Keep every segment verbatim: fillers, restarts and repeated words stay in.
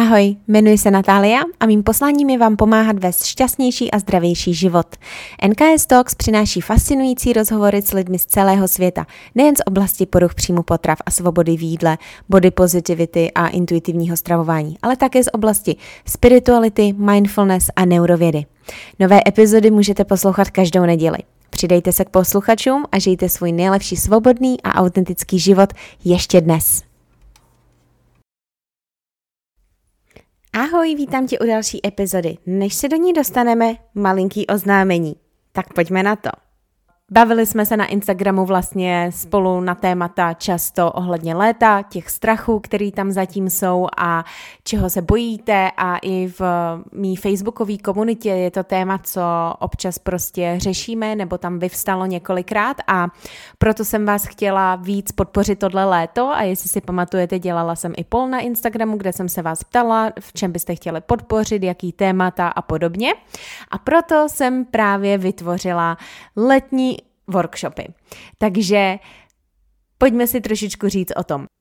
Ahoj, jmenuji se Natália a mým posláním je vám pomáhat vést šťastnější a zdravější život. N K S Talks přináší fascinující rozhovory s lidmi z celého světa, nejen z oblasti poruch příjmu potrav a svobody v jídle, body positivity a intuitivního stravování, ale také z oblasti spirituality, mindfulness a neurovědy. Nové epizody můžete poslouchat každou neděli. Přidejte se k posluchačům a žijte svůj nejlepší svobodný a autentický život ještě dnes. Ahoj, vítám tě u další epizody. Než se do ní dostaneme, malinký oznámení. Tak pojďme na to. Bavili jsme se na Instagramu vlastně spolu na témata často ohledně léta, těch strachů, který tam zatím jsou a čeho se bojíte, a i v mý facebookové komunitě je to téma, co občas prostě řešíme nebo tam vyvstalo několikrát, a proto jsem vás chtěla víc podpořit tohle léto. A jestli si pamatujete, dělala jsem i poll na Instagramu, kde jsem se vás ptala, v čem byste chtěli podpořit, jaký témata a podobně. A proto jsem právě vytvořila letní workshopy. Takže pojďme si trošičku říct o tom.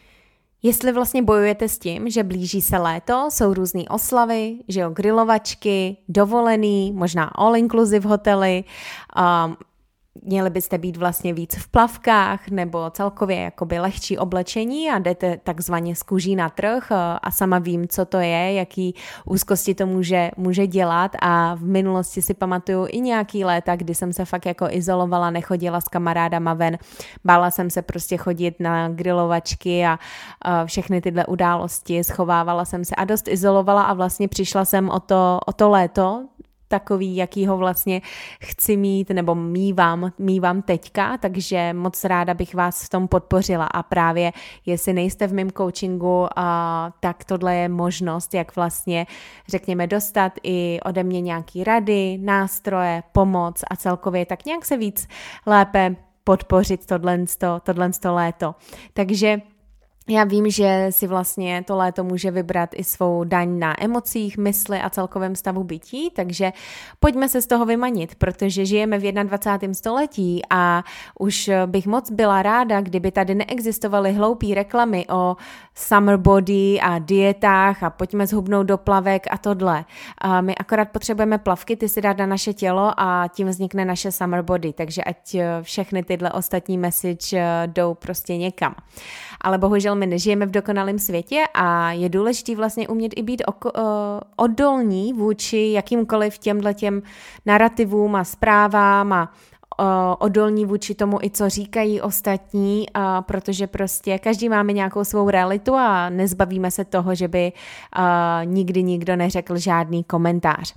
Jestli vlastně bojujete s tím, že blíží se léto, jsou různé oslavy, že jo, grilovačky, dovolený, možná all-inclusive hotely, um, měli byste být vlastně víc v plavkách nebo celkově jakoby lehčí oblečení a jdete takzvaně z kůží na trh, a sama vím, co to je, jaký úzkosti to může, může dělat, a v minulosti si pamatuju i nějaký léta, kdy jsem se fakt jako izolovala, nechodila s kamarádama ven, bála jsem se prostě chodit na grilovačky a, a všechny tyhle události, schovávala jsem se a dost izolovala, a vlastně přišla jsem o to, o to léto, takový, jaký ho vlastně chci mít nebo mívám, mívám teďka, takže moc ráda bych vás v tom podpořila. A právě jestli nejste v mém coachingu, a, tak tohle je možnost, jak vlastně, řekněme, dostat i ode mě nějaký rady, nástroje, pomoc a celkově tak nějak se víc lépe podpořit tohleto, tohleto léto. Takže já vím, že si vlastně to léto může vybrat i svou daň na emocích, mysli a celkovém stavu bytí, takže pojďme se z toho vymanit, protože žijeme v dvacátém prvním století a už bych moc byla ráda, kdyby tady neexistovaly hloupý reklamy o summer body a dietách a pojďme zhubnout do plavek a tohle. A my akorát potřebujeme plavky, ty si dát na naše tělo a tím vznikne naše summer body, takže ať všechny tyhle ostatní message jdou prostě někam. Ale bohužel my nežijeme v dokonalém světě a je důležité vlastně umět i být oko, uh, odolní vůči jakýmkoliv těmhletěm narrativům a zprávám a uh, odolní vůči tomu i co říkají ostatní, uh, protože prostě každý máme nějakou svou realitu a nezbavíme se toho, že by uh, nikdy nikdo neřekl žádný komentář.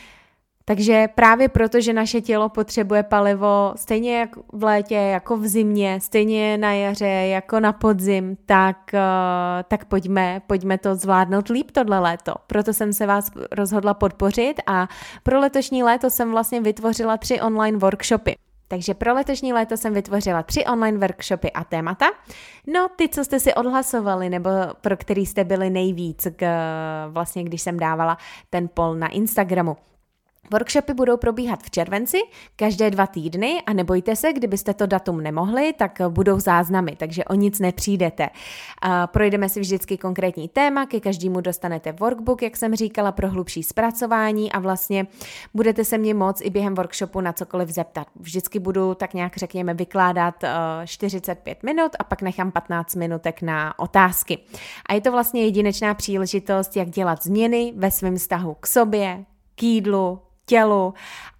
Takže právě proto, že naše tělo potřebuje palivo stejně jak v létě, jako v zimě, stejně na jaře, jako na podzim, tak, tak pojďme, pojďme to zvládnout líp tohle léto. Proto jsem se vás rozhodla podpořit a pro letošní léto jsem vlastně vytvořila tři online workshopy. Takže pro letošní léto jsem vytvořila tři online workshopy a témata. No, ty, co jste si odhlasovali, nebo pro který jste byli nejvíc, k, vlastně když jsem dávala ten poll na Instagramu. Workshopy budou probíhat v červenci, každé dva týdny, a nebojte se, kdybyste to datum nemohli, tak budou záznamy, takže o nic nepřijdete. Projdeme si vždycky konkrétní téma, ke každému dostanete workbook, jak jsem říkala, pro hlubší zpracování, a vlastně budete se mě moct i během workshopu na cokoliv zeptat. Vždycky budu tak nějak, řekněme, vykládat čtyřicet pět minut a pak nechám patnáct minutek na otázky. A je to vlastně jedinečná příležitost, jak dělat změny ve svém vztahu k sobě, k jídlu, tělu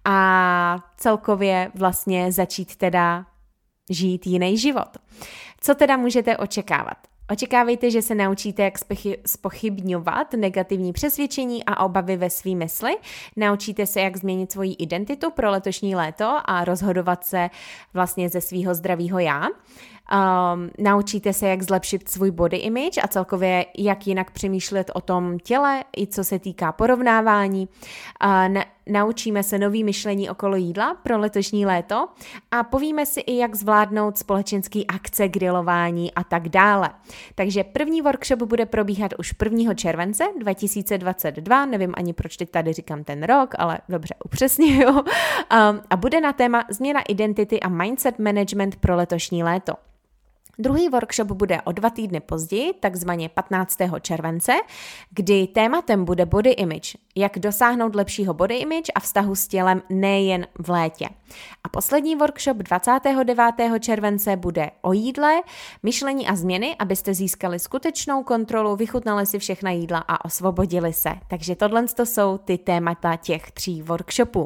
a celkově vlastně začít teda žít jiný život. Co teda můžete očekávat? Očekávejte, že se naučíte, jak zpochybňovat negativní přesvědčení a obavy ve svý mysli. Naučíte se, jak změnit svoji identitu pro letošní léto a rozhodovat se vlastně ze svýho zdravýho já. Um, naučíte se, jak zlepšit svůj body image a celkově jak jinak přemýšlet o tom těle, i co se týká porovnávání. Uh, na, naučíme se nový myšlení okolo jídla pro letošní léto a povíme si i, jak zvládnout společenský akce, grilování a tak dále. Takže první workshop bude probíhat už prvního července dva tisíce dvacet dva, nevím ani proč teď tady říkám ten rok, ale dobře, upřesňuju. Um, a bude na téma změna identity a mindset management pro letošní léto. Druhý workshop bude o dva týdny později, takzvaně patnáctého července, kdy tématem bude body image, jak dosáhnout lepšího body image a vztahu s tělem nejen v létě. A poslední workshop dvacátého devátého července bude o jídle, myšlení a změny, abyste získali skutečnou kontrolu, vychutnali si všechna jídla a osvobodili se. Takže tohle jsou ty témata těch tří workshopů.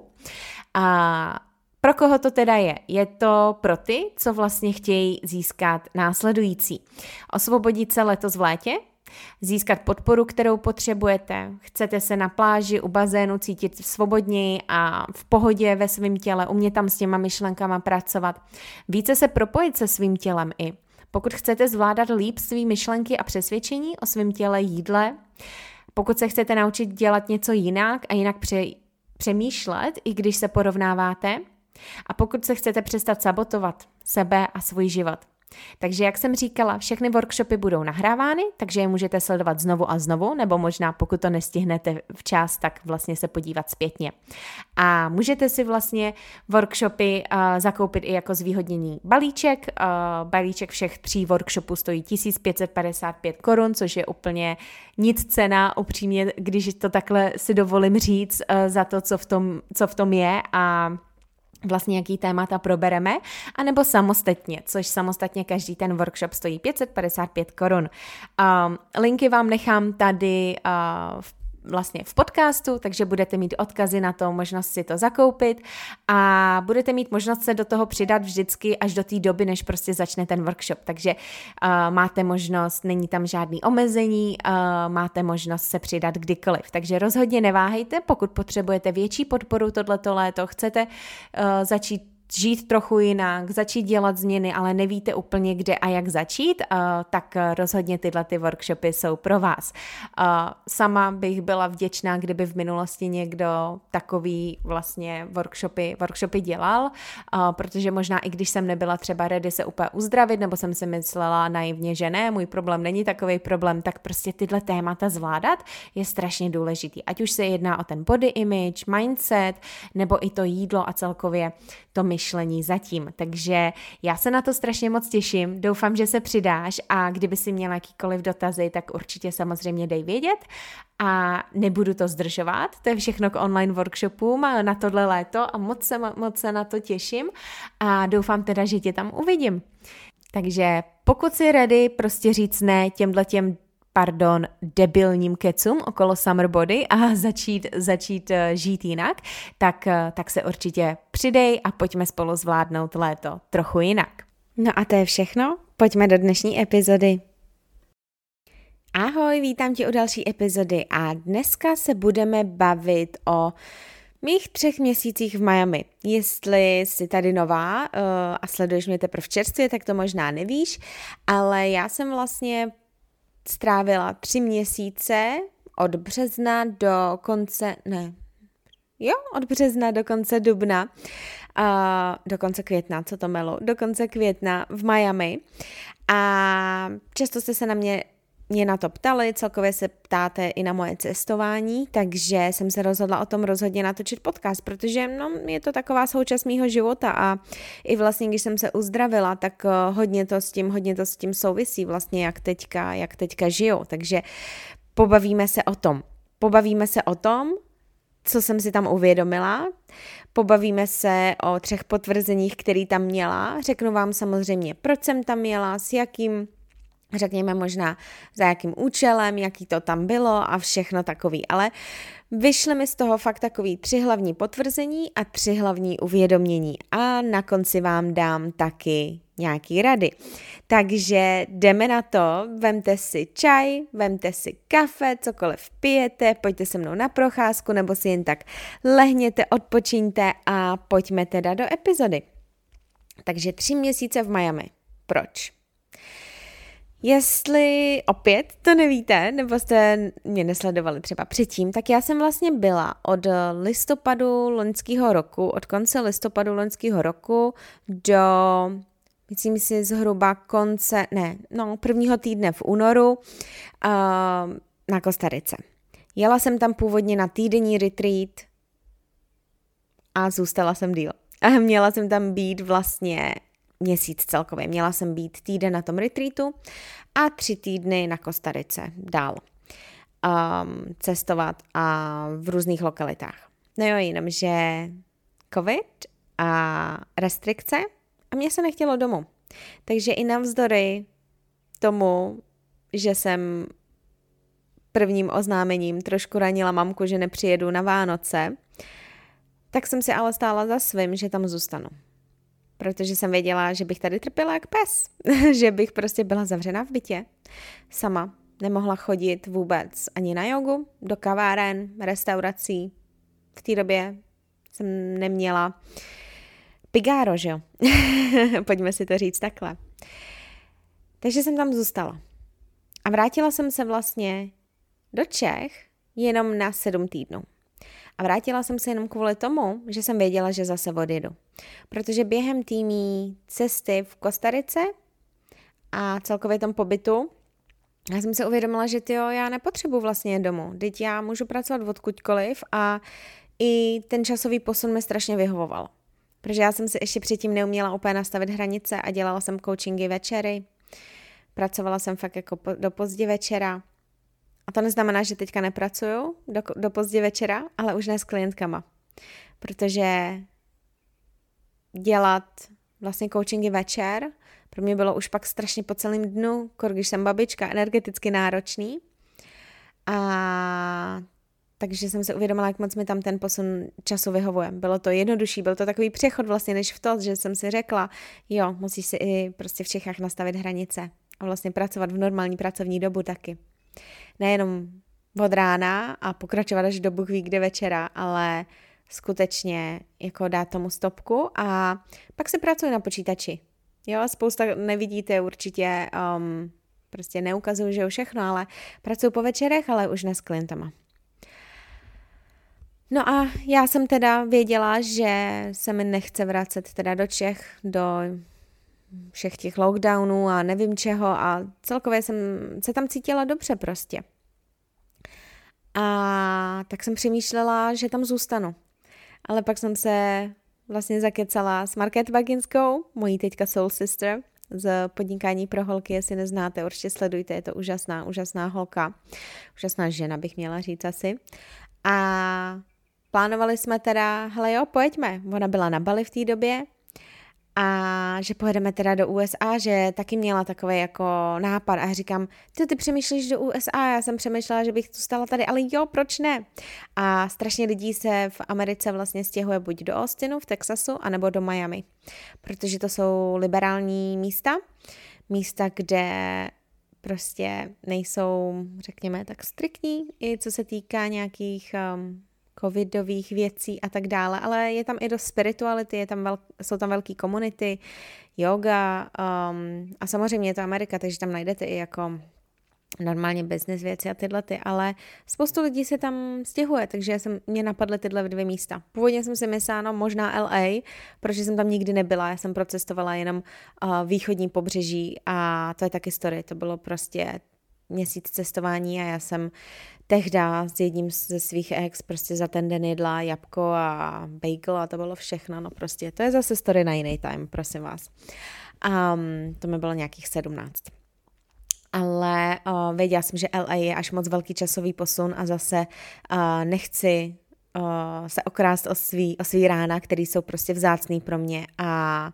A pro koho to teda je? Je to pro ty, co vlastně chtějí získat následující. Osvobodit se letos v létě, získat podporu, kterou potřebujete, chcete se na pláži u bazénu cítit svobodněji a v pohodě ve svém těle, umět tam s těma myšlenkama pracovat, více se propojit se svým tělem i. Pokud chcete zvládat líp svý myšlenky a přesvědčení o svém těle, jídle, pokud se chcete naučit dělat něco jinak a jinak pře- přemýšlet, i když se porovnáváte, a pokud se chcete přestat sabotovat sebe a svůj život. Takže jak jsem říkala, všechny workshopy budou nahrávány, takže je můžete sledovat znovu a znovu, nebo možná pokud to nestihnete včas, tak vlastně se podívat zpětně. A můžete si vlastně workshopy uh, zakoupit i jako zvýhodněný balíček. Uh, balíček všech tří workshopů stojí tisíc pět set padesát pět korun, což je úplně nic cena, upřímně, když to takhle si dovolím říct uh, za to, co v tom, co v tom je a vlastně jaký témata probereme, anebo samostatně, což samostatně každý ten workshop stojí pět set padesát pět korun. Um, linky vám nechám tady uh, v vlastně v podcastu, takže budete mít odkazy na to, možnost si to zakoupit a budete mít možnost se do toho přidat vždycky až do té doby, než prostě začne ten workshop. Takže uh, máte možnost, není tam žádný omezení, uh, máte možnost se přidat kdykoliv. Takže rozhodně neváhejte, pokud potřebujete větší podporu tohleto léto, chcete uh, začít žít trochu jinak, začít dělat změny, ale nevíte úplně kde a jak začít, uh, tak rozhodně tyhle ty workshopy jsou pro vás. Uh, sama bych byla vděčná, kdyby v minulosti někdo takový vlastně workshopy, workshopy dělal, uh, protože možná i když jsem nebyla třeba ready se úplně uzdravit, nebo jsem si myslela naivně, že ne, můj problém není takový problém, tak prostě tyhle témata zvládat je strašně důležitý. Ať už se jedná o ten body image, mindset, nebo i to jídlo a celkově to myšlení zatím. Takže já se na to strašně moc těším, doufám, že se přidáš a kdyby si měla jakýkoliv dotazy, tak určitě samozřejmě dej vědět a nebudu to zdržovat, to je všechno k online workshopům na tohle léto a moc se, moc se na to těším a doufám teda, že tě tam uvidím. Takže pokud jsi ready prostě říct ne těmhle těm pardon, debilním kecům okolo summer body a začít, začít žít jinak, tak, tak se určitě přidej a pojďme spolu zvládnout léto trochu jinak. No a to je všechno, pojďme do dnešní epizody. Ahoj, vítám tě u další epizody a dneska se budeme bavit o mých třech měsících v Miami. Jestli jsi tady nová uh, a sleduješ mě teprve čerstvě, tak to možná nevíš, ale já jsem vlastně strávila tři měsíce od března do konce, ne, jo, od března do konce dubna, uh, do konce května, co to melu, do konce května v Miami a často jste se na mě mě na to ptali, celkově se ptáte i na moje cestování, takže jsem se rozhodla o tom rozhodně natočit podcast, protože no, je to taková součást mýho života a i vlastně, když jsem se uzdravila, tak hodně to s tím, hodně to s tím souvisí vlastně, jak teďka, jak teďka žiju, takže pobavíme se o tom. Pobavíme se o tom, co jsem si tam uvědomila, pobavíme se o třech potvrzeních, který tam měla, řeknu vám samozřejmě, proč jsem tam měla, s jakým řekněme možná za jakým účelem, jaký to tam bylo a všechno takový, ale vyšly mi z toho fakt takový tři hlavní potvrzení a tři hlavní uvědomění a na konci vám dám taky nějaký rady. Takže jdeme na to, vemte si čaj, vemte si kafe, cokoliv pijete, pojďte se mnou na procházku nebo si jen tak lehněte, odpočiňte a pojďme teda do epizody. Takže tři měsíce v Miami. Proč? Jestli opět to nevíte, nebo jste mě nesledovali třeba předtím, tak já jsem vlastně byla od listopadu loňského roku, od konce listopadu loňského roku do, myslím si, zhruba konce, ne, no, prvního týdne v únoru uh, na Kostarice. Jela jsem tam původně na týdenní retreat a zůstala jsem díl. A měla jsem tam být vlastně měsíc celkově. Měla jsem být týden na tom retreatu a tři týdny na Kostarice dál um, cestovat a v různých lokalitách. No jo, jenomže covid a restrikce a mně se nechtělo domů. Takže i navzdory tomu, že jsem prvním oznámením trošku ranila mamku, že nepřijedu na Vánoce, tak jsem si ale stála za svým, že tam zůstanu. Protože jsem věděla, že bych tady trpěla jak pes. Že bych prostě byla zavřená v bytě. Sama. Nemohla chodit vůbec ani na jogu, do kaváren, restaurací. V té době jsem neměla pigáro, že jo? Pojďme si to říct takhle. Takže jsem tam zůstala. A vrátila jsem se vlastně do Čech jenom na sedm týdnů. A vrátila jsem se jenom kvůli tomu, že jsem věděla, že zase odjedu. Protože během týmí cesty v Kostarice a celkově tom pobytu, já jsem se uvědomila, že tyjo, já nepotřebuji vlastně domů. Teď já můžu pracovat odkudkoliv a i ten časový posun mi strašně vyhovoval. Protože já jsem si ještě předtím neuměla úplně nastavit hranice a dělala jsem coachingy večery. Pracovala jsem fakt jako do pozdě večera. A to neznamená, že teďka nepracuju do, do pozdě večera, ale už ne s klientkama. Protože dělat vlastně coachingy večer pro mě bylo už pak strašně po celém dnu, když jsem babička, energeticky náročný. A takže jsem se uvědomila, jak moc mi tam ten posun času vyhovuje. Bylo to jednodušší, byl to takový přechod vlastně než v to, že jsem si řekla, jo, musíš si i prostě v Čechách nastavit hranice a vlastně pracovat v normální pracovní dobu taky. Nejenom od rána a pokračovat až do Bůh ví kde večera, ale skutečně jako dát tomu stopku a pak si pracuji na počítači. Jo, spousta nevidíte určitě, um, prostě neukazuju, že jo všechno, ale pracuji po večerech, ale už ne s klientama. No a já jsem teda věděla, že se mi nechce vracet teda do Čech, do všech těch lockdownů a nevím čeho a celkově jsem se tam cítila dobře prostě. A tak jsem přemýšlela, že tam zůstanu. Ale pak jsem se vlastně zakecala s Markétou Baginskou, mojí teďka soul sister, z Podnikání pro holky, jestli neznáte, určitě sledujte, je to úžasná, úžasná holka, úžasná žena bych měla říct asi. A plánovali jsme teda, hele jo, pojďme, ona byla na Bali v té době a že pojedeme teda do U S A, že taky měla takový jako nápad a já říkám, ty, ty přemýšlíš do U S A, já jsem přemýšlela, že bych tu stala tady, ale jo, proč ne? A strašně lidí se v Americe vlastně stěhuje buď do Austinu v Texasu, anebo do Miami, protože to jsou liberální místa, místa, kde prostě nejsou, řekněme, tak striktní, i co se týká nějakých um, covidových věcí a tak dále, ale je tam i dost spirituality, je tam velk, jsou tam velký komunity, yoga um, a samozřejmě je to Amerika, takže tam najdete i jako normálně business věci a tyhle ty, ale spoustu lidí se tam stěhuje, takže jsem, mě napadly tyhle dvě místa. Původně jsem si myslela, no možná L A, protože jsem tam nikdy nebyla, já jsem procestovala jenom uh, východní pobřeží a to je taky story, to bylo prostě měsíc cestování a já jsem tehda s jedním ze svých ex prostě za ten den jedla jabko a bagel a to bylo všechno, no prostě to je zase story na jiný time, prosím vás. Um, to mi bylo nějakých sedmnáct. Ale uh, věděla jsem, že L A je až moc velký časový posun a zase uh, nechci uh, se okrást o svý, o svý rána, který jsou prostě vzácný pro mě a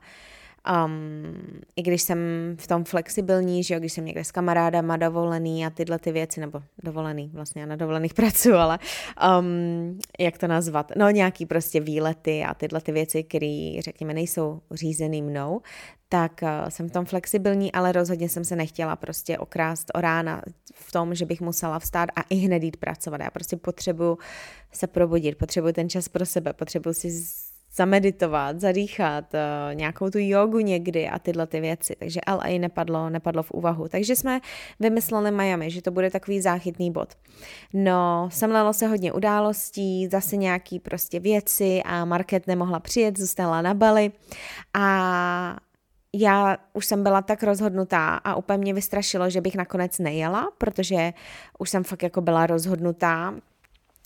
Um, i když jsem v tom flexibilní, že jo, když jsem někde s kamarádama dovolený a tyhle ty věci, nebo dovolený, vlastně já na dovolených pracuji, ale um, jak to nazvat, no nějaký prostě výlety a tyhle ty věci, které řekněme nejsou řízený mnou, tak uh, jsem v tom flexibilní, ale rozhodně jsem se nechtěla prostě okrást o rána v tom, že bych musela vstát a i hned jít pracovat. Já prostě potřebuji se probudit, potřebuji ten čas pro sebe, potřebuji si z zameditovat, zadýchat, uh, nějakou tu jogu někdy a tyhle ty věci. Takže L A nepadlo, nepadlo v úvahu. Takže jsme vymysleli Miami, že to bude takový záchytný bod. No, semlelo se hodně událostí, zase nějaký prostě věci a Market nemohla přijet, zůstala na Bali a já už jsem byla tak rozhodnutá a úplně mě vystrašilo, že bych nakonec nejela, protože už jsem fakt jako byla rozhodnutá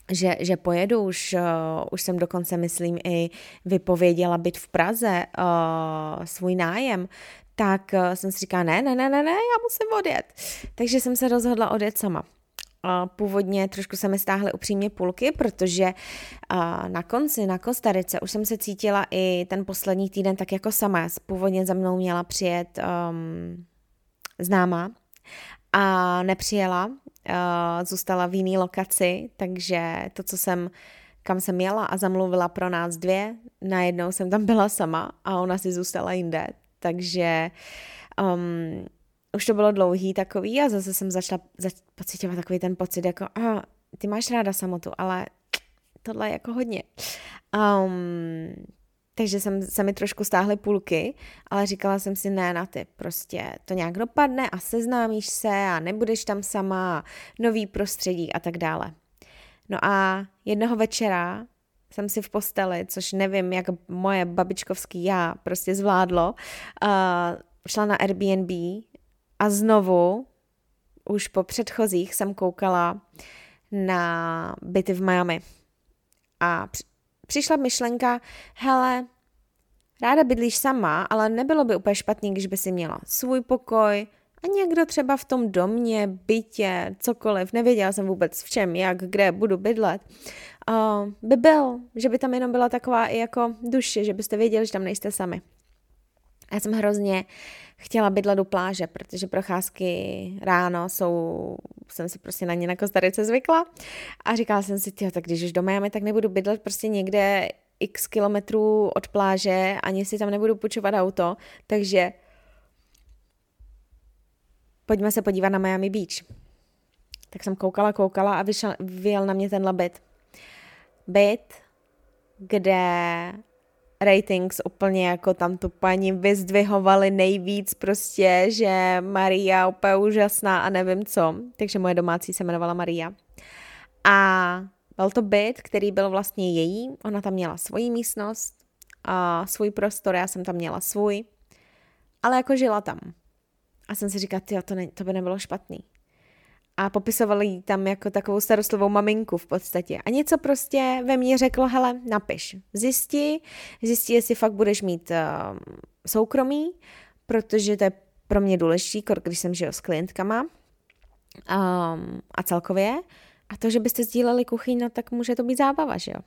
že, že pojedu, už, uh, už jsem dokonce, myslím, i vypověděla byt v Praze, uh, svůj nájem, tak uh, jsem si říkala, ne, ne, ne, ne, ne, já musím odjet. Takže jsem se rozhodla odjet sama. Uh, původně trošku se mi stáhly upřímně půlky, protože uh, na konci, na Kostarice, už jsem se cítila i ten poslední týden tak jako sama. Původně za mnou měla přijet um, známá a nepřijela, uh, zůstala v jiný lokaci, takže to, co jsem, kam jsem jela a zamluvila pro nás dvě, najednou jsem tam byla sama a ona si zůstala jinde, takže um, už to bylo dlouhý takový a zase jsem začala zač- pocitovat takový ten pocit, jako ah, ty máš ráda samotu, ale tohle je jako hodně. Um, takže jsem, se mi trošku stáhly půlky, ale říkala jsem si, ne na ty, prostě to nějak dopadne a seznámíš se a nebudeš tam sama, nový prostředí a tak dále. No a jednoho večera jsem si v posteli, což nevím, jak moje babičkovský já prostě zvládlo, uh, šla na Airbnb a znovu, už po předchozích, jsem koukala na byty v Miami. A přišla myšlenka, hele, ráda bydlíš sama, ale nebylo by úplně špatný, když by si měla svůj pokoj a někdo třeba v tom domě, bytě, cokoliv, nevěděla jsem vůbec v čem, jak, kde budu bydlet, uh, by byl, že by tam jenom byla taková i jako duše, že byste věděli, že tam nejste sami. Já jsem hrozně chtěla bydlet u pláže, protože procházky ráno jsou, jsem si prostě na ně na Kostarice zvykla a říkala jsem si, tyjo, tak když už doma máme, tak nebudu bydlet prostě někde x kilometrů od pláže, ani si tam nebudu půjčovat auto, takže pojďme se podívat na Miami Beach. Tak jsem koukala, koukala a vyšel, vyjel na mě tenhle byt. Byt, kde ratings úplně jako tam tu paní vyzdvihovali nejvíc prostě, že Maria úplně úžasná a nevím co. Takže moje domácí se jmenovala Maria. A byl to byt, který byl vlastně její. Ona tam měla svoji místnost a svůj prostor, já jsem tam měla svůj. Ale jako žila tam. A jsem si říkala, tyjo, to, ne, to by nebylo špatný. A popisovali jí tam jako takovou starostlivou maminku v podstatě. A něco prostě ve mně řeklo, hele, napiš, zjisti, zjisti, jestli fakt budeš mít uh, soukromí, protože to je pro mě důležitý, když jsem žil s klientkama um, a celkově. A to, že byste sdíleli kuchyň, no tak může to být zábava, že jo.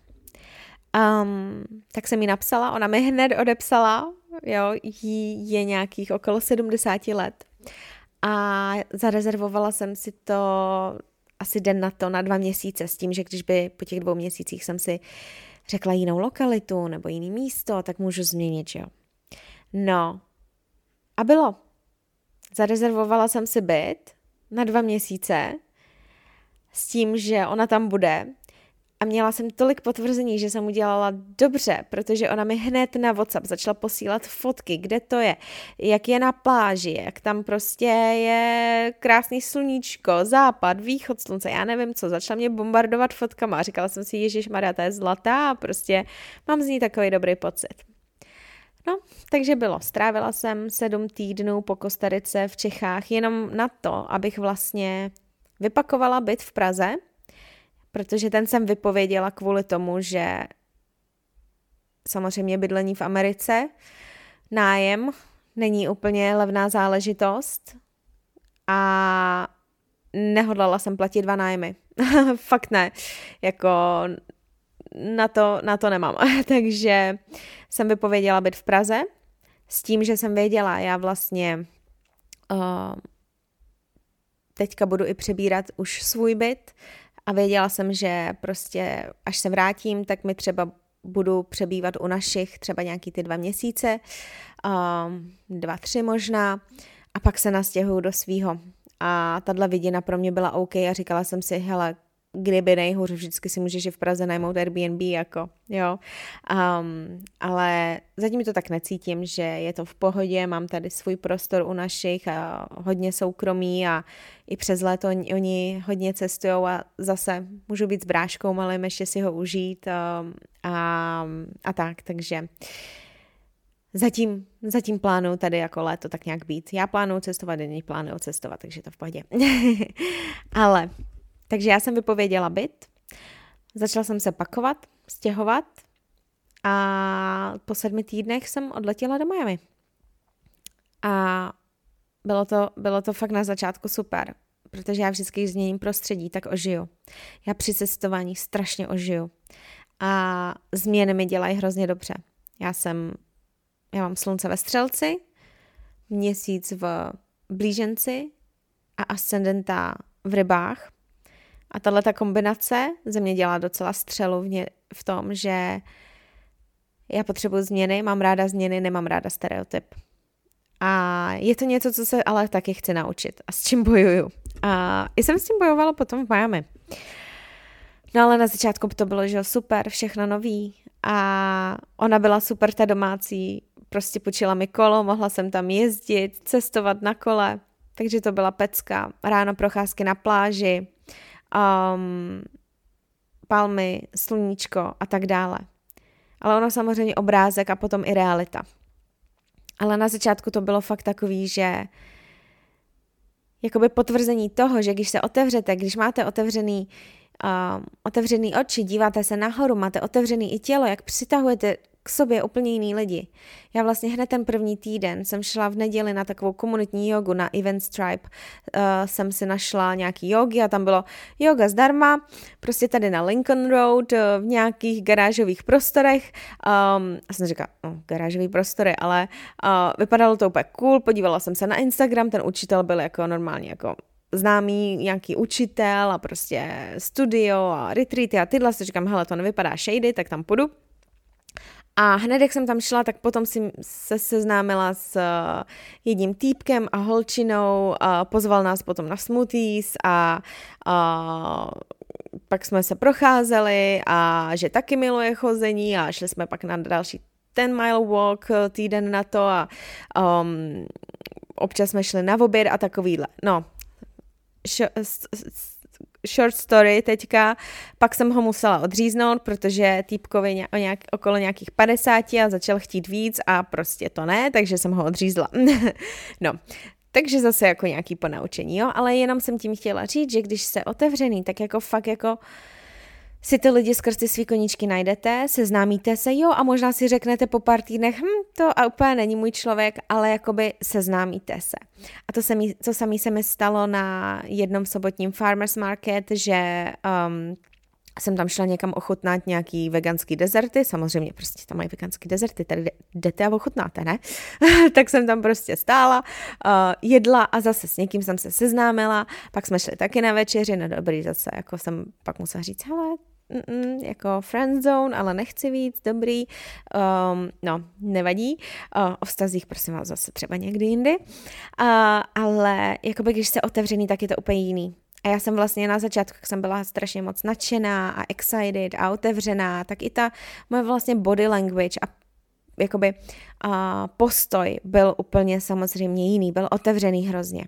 Um, tak jsem jí napsala, ona mi hned odepsala, jo, jí je nějakých okolo sedmdesát let. A zarezervovala jsem si to asi den na to, na dva měsíce, s tím, že když by po těch dvou měsících jsem si řekla jinou lokalitu nebo jiný místo, tak můžu změnit, jo. No a bylo. Zarezervovala jsem si byt na dva měsíce s tím, že ona tam bude a měla jsem tolik potvrzení, že jsem udělala dobře, protože ona mi hned na WhatsApp začala posílat fotky, kde to je, jak je na pláži, jak tam prostě je krásný sluníčko, západ, východ slunce, já nevím co, začala mě bombardovat fotkama a říkala jsem si, ježišmarja, ta je zlatá, prostě mám z ní takový dobrý pocit. No, takže bylo. Strávila jsem sedm týdnů po Kostarice v Čechách jenom na to, abych vlastně vypakovala byt v Praze, protože ten jsem vypověděla kvůli tomu, že samozřejmě bydlení v Americe, nájem není úplně levná záležitost a nehodlala jsem platit dva nájmy. Fakt ne. Jako na to, na to nemám. Takže jsem vypověděla byt v Praze s tím, že jsem věděla, já vlastně uh, teďka budu i přebírat už svůj byt a věděla jsem, že prostě až se vrátím, tak mi třeba budu přebývat u našich třeba nějaký ty dva měsíce, um, dva, tři možná a pak se nastěhuju do svýho. A tahle vidina pro mě byla OK a říkala jsem si, hele, kdyby nejhůř, vždycky si můžeš i v Praze najmout Airbnb, jako, jo. Um, ale zatím to tak necítím, že je to v pohodě, mám tady svůj prostor u našich a hodně soukromí a i přes léto oni, oni hodně cestujou a zase můžu být s bráškou malým, ještě si ho užít um, a, a tak, takže Zatím, zatím plánuju tady jako léto tak nějak být. Já plánuju cestovat, jiný plánuju cestovat, takže to v pohodě. Ale, takže já jsem vypověděla byt. začala jsem se pakovat, stěhovat a po sedmi týdnech jsem odletěla do Miami. A bylo to, bylo to fakt na začátku super, protože já vždycky, když změním prostředí, tak ožiju. Já při cestování strašně ožiju. A změny mi dělají hrozně dobře. Já jsem, já mám slunce ve Střelci, měsíc v Blíženci a ascendenta v Rybách. A tahleta kombinace ze mě dělá docela střelu v, ně, v tom, že já potřebuji změny, mám ráda změny, nemám ráda stereotyp. A je to něco, co se ale taky chci naučit a s čím bojuju. A i jsem s tím bojovala potom v Miami. No ale na začátku to bylo, že super, všechno nový. A ona byla super, ta domácí, prostě počila mi kolo, mohla jsem tam jezdit, cestovat na kole, takže to byla pecka. Ráno procházky na pláži, um, palmy, sluníčko a tak dále. Ale ono samozřejmě obrázek a potom i realita. Ale na začátku to bylo fakt takový, že jakoby potvrzení toho, že když se otevřete, když máte otevřený, uh, otevřený oči, díváte se nahoru, máte otevřený i tělo, jak přitahujete k sobě úplně jiný lidi. Já vlastně hned ten první týden jsem šla v neděli na takovou komunitní jogu na Events Tribe. Uh, jsem si našla nějaký jogy a tam bylo yoga zdarma, prostě tady na Lincoln Road uh, v nějakých garážových prostorech. Um, já jsem říkala, no, garážový prostory, ale uh, vypadalo to úplně cool, podívala jsem se na Instagram, ten učitel byl jako normálně jako známý nějaký učitel a prostě studio a retreaty a tyhle, si říkám, hele, to nevypadá shady, tak tam půjdu. A hned, jak jsem tam šla, tak potom si se seznámila s uh, jedním týpkem a holčinou, uh, pozval nás potom na smoothies a uh, pak jsme se procházeli a že taky miluje chození a šli jsme pak na další ten mile walk týden na to a um, občas jsme šli na oběd a takovýhle. No, short story teďka, pak jsem ho musela odříznout, protože týpkovi o nějak, okolo nějakých padesáti a začal chtít víc a prostě to ne, takže jsem ho odřízla. No, takže zase jako nějaký ponaučení, jo, ale jenom jsem tím chtěla říct, že když jste otevřený, tak jako fakt jako si ty lidi skrz ty svý koníčky najdete, seznámíte se, jo, a možná si řeknete po pár týdnech, hm, to a úplně není můj člověk, ale jakoby seznámíte se. A to, se mi, to samé se mi stalo na jednom sobotním farmers market, že um, jsem tam šla někam ochutnat nějaký veganský dezerty, samozřejmě prostě tam mají veganský dezerty, tady jdete a ochutnáte, ne? Tak jsem tam prostě stála, uh, jedla a zase s někým jsem se seznámila, pak jsme šli taky na večeři, no dobrý, zase jako jsem pak musela říct, hele, Mm-mm, jako friend zone, ale nechci víc, dobrý, um, no, nevadí, uh, o vztazích prosím vás zase třeba někdy jindy, uh, ale jakoby když jste otevřený, tak je to úplně jiný. A já jsem vlastně na začátku, jak jsem byla strašně moc nadšená a excited a otevřená, tak i ta moje vlastně body language a jakoby uh, postoj byl úplně samozřejmě jiný, byl otevřený hrozně.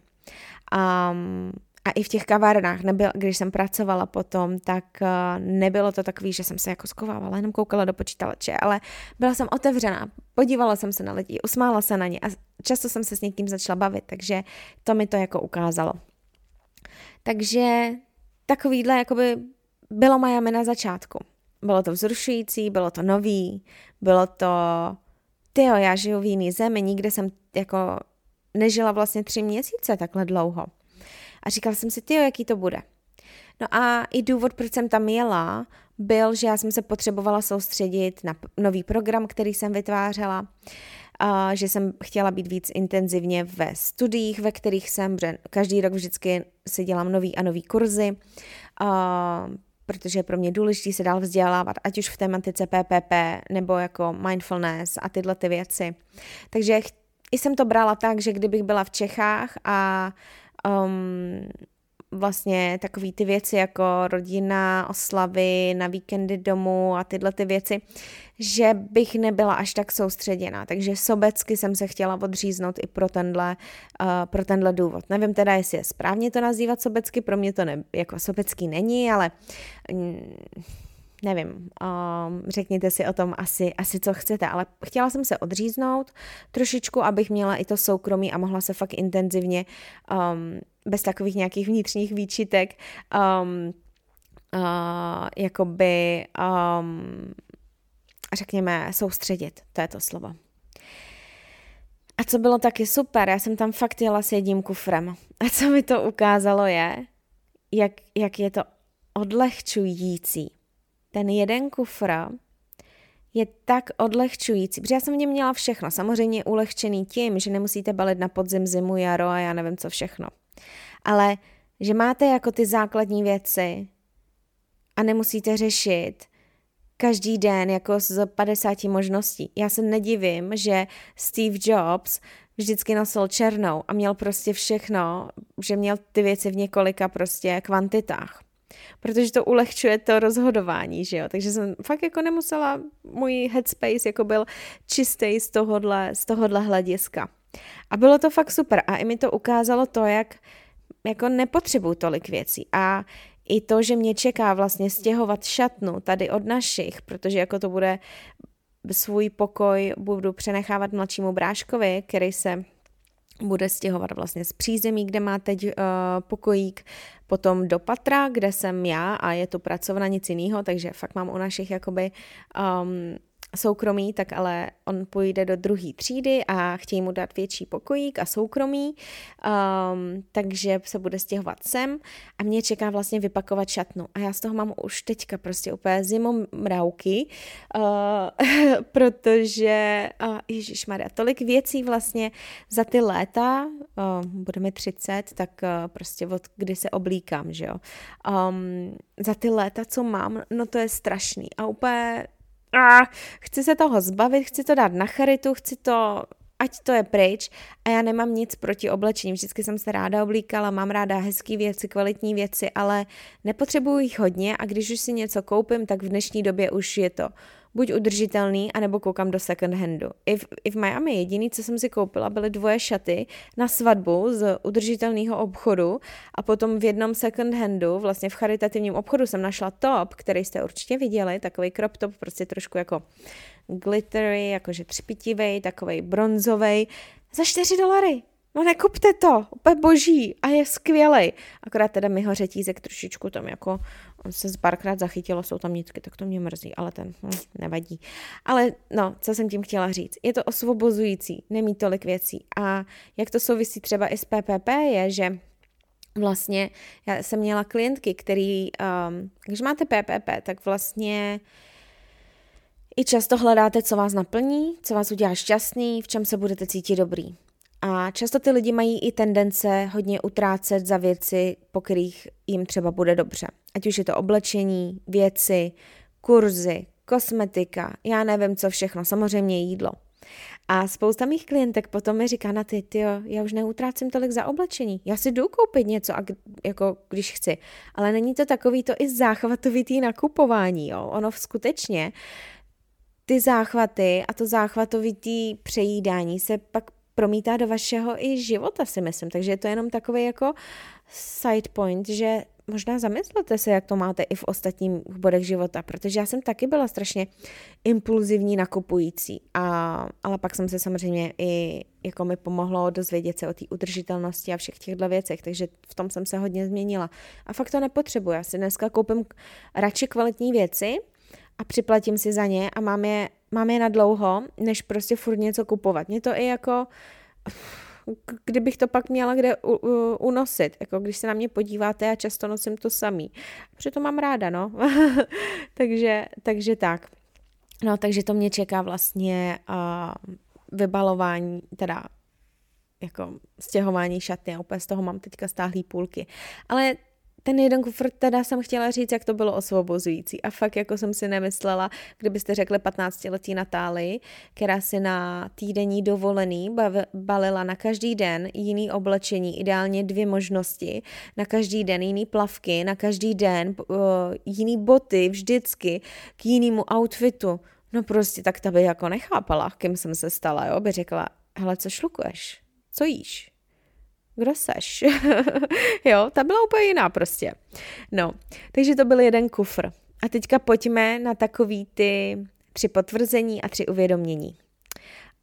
Um, A i v těch kavárnách, nebyl, když jsem pracovala potom, tak uh, nebylo to takový, že jsem se jako skovávala, jenom koukala do počítače, ale byla jsem otevřená, podívala jsem se na lidi, usmála se na ně a často jsem se s někým začala bavit, takže to mi to jako ukázalo. Takže takovýhle jakoby bylo Miami na začátku. Bylo to vzrušující, bylo to nový, bylo to, tyjo, já žiju v jiný zemi, nikde jsem jako nežila vlastně tři měsíce takhle dlouho. A říkala jsem si, tyjo, jaký to bude. No a i důvod, proč jsem tam jela, byl, že já jsem se potřebovala soustředit na nový program, který jsem vytvářela, a že jsem chtěla být víc intenzivně ve studiích, ve kterých jsem, že každý rok vždycky si dělám nový a nový kurzy, a protože je pro mě důležité se dál vzdělávat, ať už v tematice P P P nebo jako mindfulness a tyhle ty věci. Takže i jsem to brala tak, že kdybych byla v Čechách a Um, vlastně takový ty věci jako rodina, oslavy, na víkendy domů a tyhle ty věci, že bych nebyla až tak soustředěná. Takže sobecky jsem se chtěla odříznout i pro tenhle, uh, pro tenhle důvod. Nevím teda, jestli je správně to nazývat sobecky, pro mě to ne, jako sobecký není, ale mm, nevím, um, řekněte si o tom asi, asi co chcete, ale chtěla jsem se odříznout trošičku, abych měla i to soukromí a mohla se fakt intenzivně, um, bez takových nějakých vnitřních výčitek, um, uh, jakoby, um, řekněme, soustředit, to je to slovo. A co bylo taky super, já jsem tam fakt jela s jedním kufrem. A co mi to ukázalo je, jak, jak je to odlehčující. Ten jeden kufr je tak odlehčující, protože já jsem v něm měla všechno, samozřejmě ulehčený tím, že nemusíte balit na podzim, zimu, jaro a já nevím co všechno. Ale že máte jako ty základní věci a nemusíte řešit každý den jako z padesáti možností. Já se nedivím, že Steve Jobs vždycky nosil černou a měl prostě všechno, že měl ty věci v několika prostě kvantitách. Protože to ulehčuje to rozhodování, že jo. Takže jsem fakt jako nemusela, můj headspace jako byl čistý z tohohle, z tohohle hlediska. A bylo to fakt super a i mi to ukázalo to, jak jako nepotřebuju tolik věcí a i to, že mě čeká vlastně stěhovat šatnu tady od našich, protože jako to bude svůj pokoj, budu přenechávat mladšímu bráškovi, který se bude stěhovat vlastně z přízemí, kde má teď uh, pokojík, potom do patra, kde jsem já a je tu pracovna, nic jiného, takže fakt mám u našich jakoby um, soukromí, tak ale on půjde do druhé třídy a chtějí mu dát větší pokojík a soukromí, um, takže se bude stěhovat sem a mě čeká vlastně vypakovat šatnu a já z toho mám už teďka prostě úplně zimomrauky, uh, protože uh, ježišmarja, tolik věcí vlastně za ty léta, uh, bude mi třicet, tak uh, prostě od kdy se oblíkám, že jo. Um, za ty léta, co mám, no to je strašný a úplně Ah, chci se toho zbavit, chci to dát na charitu, chci to, ať to je pryč a já nemám nic proti oblečení, vždycky jsem se ráda oblíkala, mám ráda hezký věci, kvalitní věci, ale nepotřebuji jich hodně a když už si něco koupím, tak v dnešní době už je to buď udržitelný, anebo koukám do second handu. I v, i v Miami jediný, co jsem si koupila, byly dvoje šaty na svatbu z udržitelného obchodu a potom v jednom second handu, vlastně v charitativním obchodu jsem našla top, který jste určitě viděli, takový crop top, prostě trošku jako glittery, jakože třpitivej, takovej bronzovej, za čtyři dolary. No nekupte to, úplně boží a je skvělej. Akorát teda mi ho řetízek trošičku tam jako, on se párkrát zachytilo, jsou tam nitky, tak to mě mrzí, ale ten hm, nevadí. Ale no, co jsem tím chtěla říct, je to osvobozující, nemít tolik věcí a jak to souvisí třeba i s P P P je, že vlastně já jsem měla klientky, který, um, když máte P P P, tak vlastně i často hledáte, co vás naplní, co vás udělá šťastný, v čem se budete cítit dobrý. A často ty lidi mají i tendence hodně utrácet za věci, po kterých jim třeba bude dobře. Ať už je to oblečení, věci, kurzy, kosmetika, já nevím co všechno, samozřejmě jídlo. A spousta mých klientek potom mi říká na ty, tyjo, já už neutrácím tolik za oblečení, já si jdu koupit něco, jako když chci, ale není to takový to i záchvatovitý nakupování, jo? Ono skutečně, ty záchvaty a to záchvatovitý přejídání se pak promítá do vašeho i života, si myslím. Takže je to jenom takový jako side point, že možná zamyslete se, jak to máte i v ostatních bodech života, protože já jsem taky byla strašně impulzivní nakupující, a, ale pak jsem se samozřejmě i, jako mi pomohlo dozvědět se o té udržitelnosti a všech těchto věcech, takže v tom jsem se hodně změnila. A fakt to nepotřebuji. Já si dneska koupím radši kvalitní věci a připlatím si za ně a mám je, mám je na dlouho, než prostě furt něco kupovat. Mě to i jako, kdybych to pak měla kde u, u, unosit, jako když se na mě podíváte, já často nosím to samý. Protože to mám ráda, no. takže, takže tak. No, takže to mě čeká vlastně uh, vybalování, teda jako stěhování šatny a úplně z toho mám teďka stáhlý půlky. Ale ten jeden kufr, teda jsem chtěla říct, jak to bylo osvobozující. A fakt jako jsem si nemyslela, kdybyste řekli patnáctiletý Natálii, která si na týdenní dovolený balila na každý den jiný oblečení, ideálně dvě možnosti, na každý den jiný plavky, na každý den uh, jiný boty, vždycky k jinému outfitu. No prostě tak ta by jako nechápala, kým jsem se stala, jo, by řekla, hele, co šlukuješ, co jíš? Kdo seš? Jo, ta byla úplně jiná prostě. No, takže to byl jeden kufr. A teďka pojďme na takový ty tři potvrzení a tři uvědomění.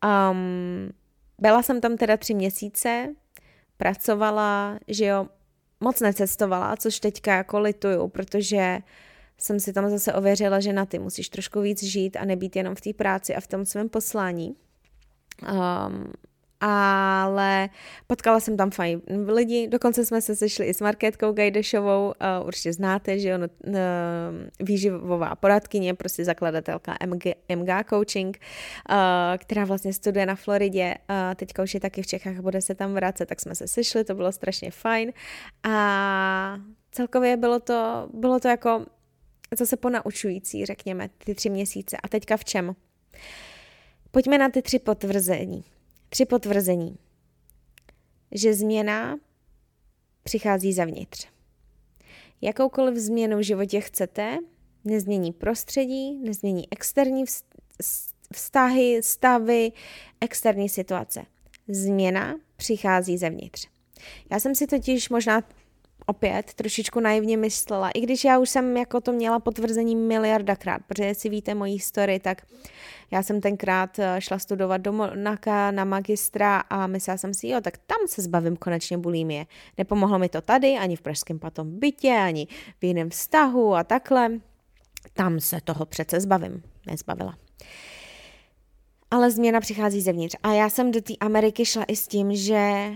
Um, byla jsem tam teda tři měsíce, pracovala, že jo, moc necestovala, což teďka jako lituju, protože jsem si tam zase ověřila, že na ty musíš trošku víc žít a nebýt jenom v té práci a v tom svém poslání. Um, ale potkala jsem tam fajn lidi, dokonce jsme se sešli i s Markétkou Gajdešovou, uh, určitě znáte, že ono, uh, výživová poradkyně, prostě zakladatelka M G, M G Coaching, uh, která vlastně studuje na Floridě, uh, teďka už je taky v Čechách, bude se tam vracet, tak jsme se sešli, to bylo strašně fajn a celkově bylo to, bylo to jako zase ponaučující, řekněme, ty tři měsíce. A teďka v čem? Pojďme na ty tři potvrzení. Tři potvrzení, že změna přichází zevnitř. Jakoukoliv změnu v životě chcete, nezmění prostředí, nezmění externí vztahy, stavy, externí situace. Změna přichází zevnitř. Já jsem si totiž možná opět trošičku naivně myslela, i když já už jsem jako to měla potvrzení miliardakrát, protože jestli víte mojí story, tak já jsem tenkrát šla studovat do Monaka na magistra a myslela jsem si, jo, tak tam se zbavím konečně bulimie. Nepomohlo mi to tady, ani v pražském patom bytě, ani v jiném vztahu a takhle. Tam se toho přece zbavím. Nezbavila. Ale změna přichází zevnitř. A já jsem do té Ameriky šla i s tím, že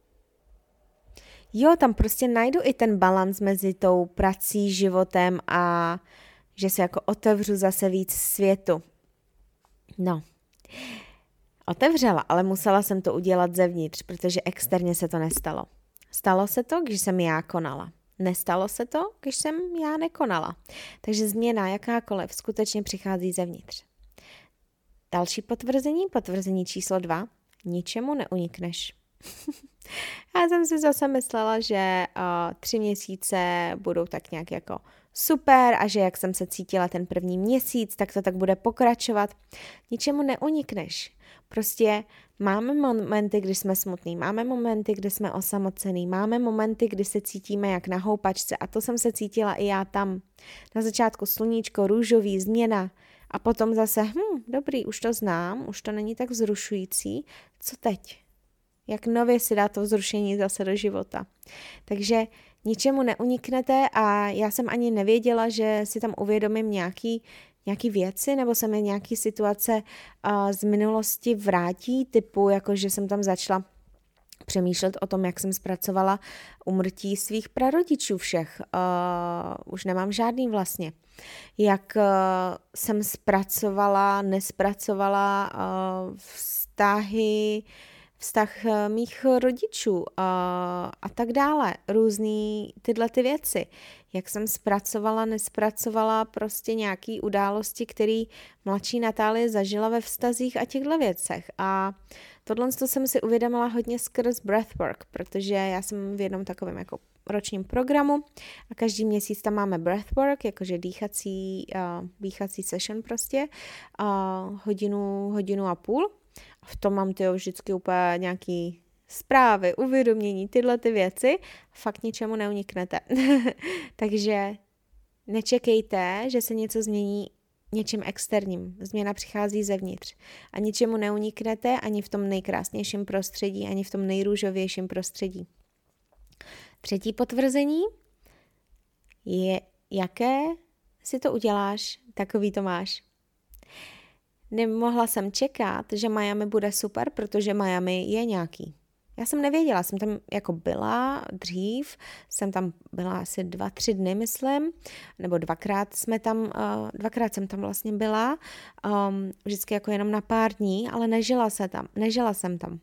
jo, tam prostě najdu i ten balans mezi tou prací, životem a že se jako otevřu zase víc světu. No, otevřela, ale musela jsem to udělat zevnitř, protože externě se to nestalo. Stalo se to, když jsem já konala. Nestalo se to, když jsem já nekonala. Takže změna jakákoliv skutečně přichází zevnitř. Další potvrzení, potvrzení číslo dva. Ničemu neunikneš. Já jsem si zase myslela, že uh, tři měsíce budou tak nějak jako super a že jak jsem se cítila ten první měsíc, tak to tak bude pokračovat. Ničemu neunikneš. Prostě máme momenty, kdy jsme smutný, máme momenty, kdy jsme osamocený, máme momenty, kdy se cítíme jak na houpačce a to jsem se cítila i já tam. Na začátku sluníčko, růžový, změna a potom zase, hm, dobrý, už to znám, už to není tak vzrušující, co teď? Jak nově si dá to vzrušení zase do života. Takže ničemu neuniknete a já jsem ani nevěděla, že si tam uvědomím nějaký, nějaký věci nebo se mi nějaký situace uh, z minulosti vrátí, typu jako, že jsem tam začala přemýšlet o tom, jak jsem zpracovala úmrtí svých prarodičů všech. Uh, už nemám žádný vlastně. Jak uh, jsem zpracovala, nespracovala uh, vztahy, vztah mých rodičů a, a tak dále. Různý tyhle ty věci. Jak jsem zpracovala, nespracovala prostě nějaký události, který mladší Natálie zažila ve vztazích a těchto věcech. A tohle jsem si uvědomila hodně skrz breathwork, protože já jsem v jednom takovém jako ročním programu a každý měsíc tam máme breathwork, jakože dýchací, uh, dýchací session prostě, uh, hodinu, hodinu a půl. V tom mám tyjo vždycky úplně nějaký zprávy, uvědomění, tyhle ty věci. Fakt ničemu neuniknete. Takže nečekejte, že se něco změní něčím externím. Změna přichází zevnitř. A ničemu neuniknete ani v tom nejkrásnějším prostředí, ani v tom nejrůžovějším prostředí. Třetí potvrzení je, jaké si to uděláš, takový to máš. Nemohla jsem čekat, že Miami bude super, protože Miami je nějaký. Já jsem nevěděla, jsem tam jako byla dřív, jsem tam byla asi dva, tři dny, myslím, nebo dvakrát jsme tam, uh, dvakrát jsem tam vlastně byla, um, vždycky jako jenom na pár dní, ale nežila se tam, nežila jsem tam.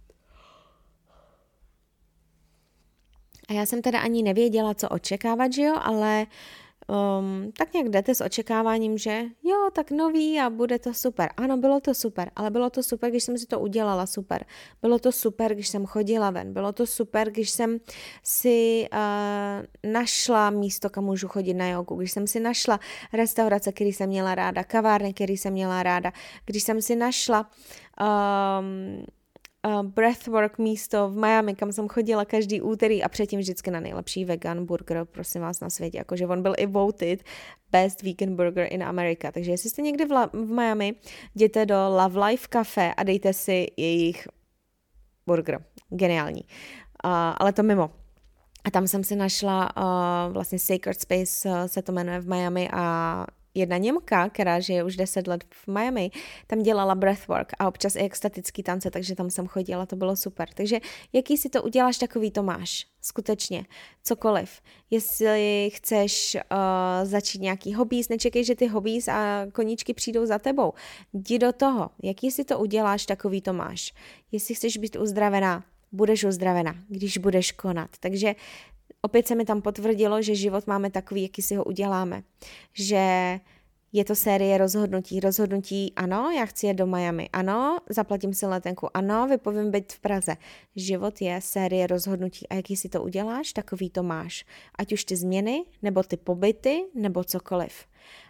A já jsem teda ani nevěděla, co očekávat, že jo, ale Um, tak nějak jdete s očekáváním, že jo, tak nový a bude to super. Ano, bylo to super, ale bylo to super, když jsem si to udělala super. Bylo to super, když jsem chodila ven. Bylo to super, když jsem si uh, našla místo, kam můžu chodit na jogu. Když jsem si našla restaurace, který jsem měla ráda, kavárny, který jsem měla ráda. Když jsem si našla um, Uh, breathwork místo v Miami, kam jsem chodila každý úterý a předtím vždycky na nejlepší vegan burger, prosím vás, na světě, jakože on byl i voted best vegan burger in America, takže jestli jste někdy v, La- v Miami, jděte do Love Life Cafe a dejte si jejich burger, geniální, uh, ale to mimo. A tam jsem si našla uh, vlastně Sacred Space, uh, se to jmenuje v Miami, a jedna Němka, která žije už deset let v Miami, tam dělala breathwork a občas i extatický tance, takže tam jsem chodila, to bylo super. Takže jaký si to uděláš, takový to máš. Skutečně. Cokoliv. Jestli chceš uh, začít nějaký hobbies, nečekej, že ty hobbies a koníčky přijdou za tebou. Jdi do toho. Jaký si to uděláš, takový to máš. Jestli chceš být uzdravená, budeš uzdravená, když budeš konat. Takže opět se mi tam potvrdilo, že život máme takový, jaký si ho uděláme. Že je to série rozhodnutí. Rozhodnutí, ano, já chci jet do Miami. Ano, zaplatím si letenku. Ano, vypovím být v Praze. Život je série rozhodnutí. A jaký si to uděláš, takový to máš. Ať už ty změny, nebo ty pobyty, nebo cokoliv.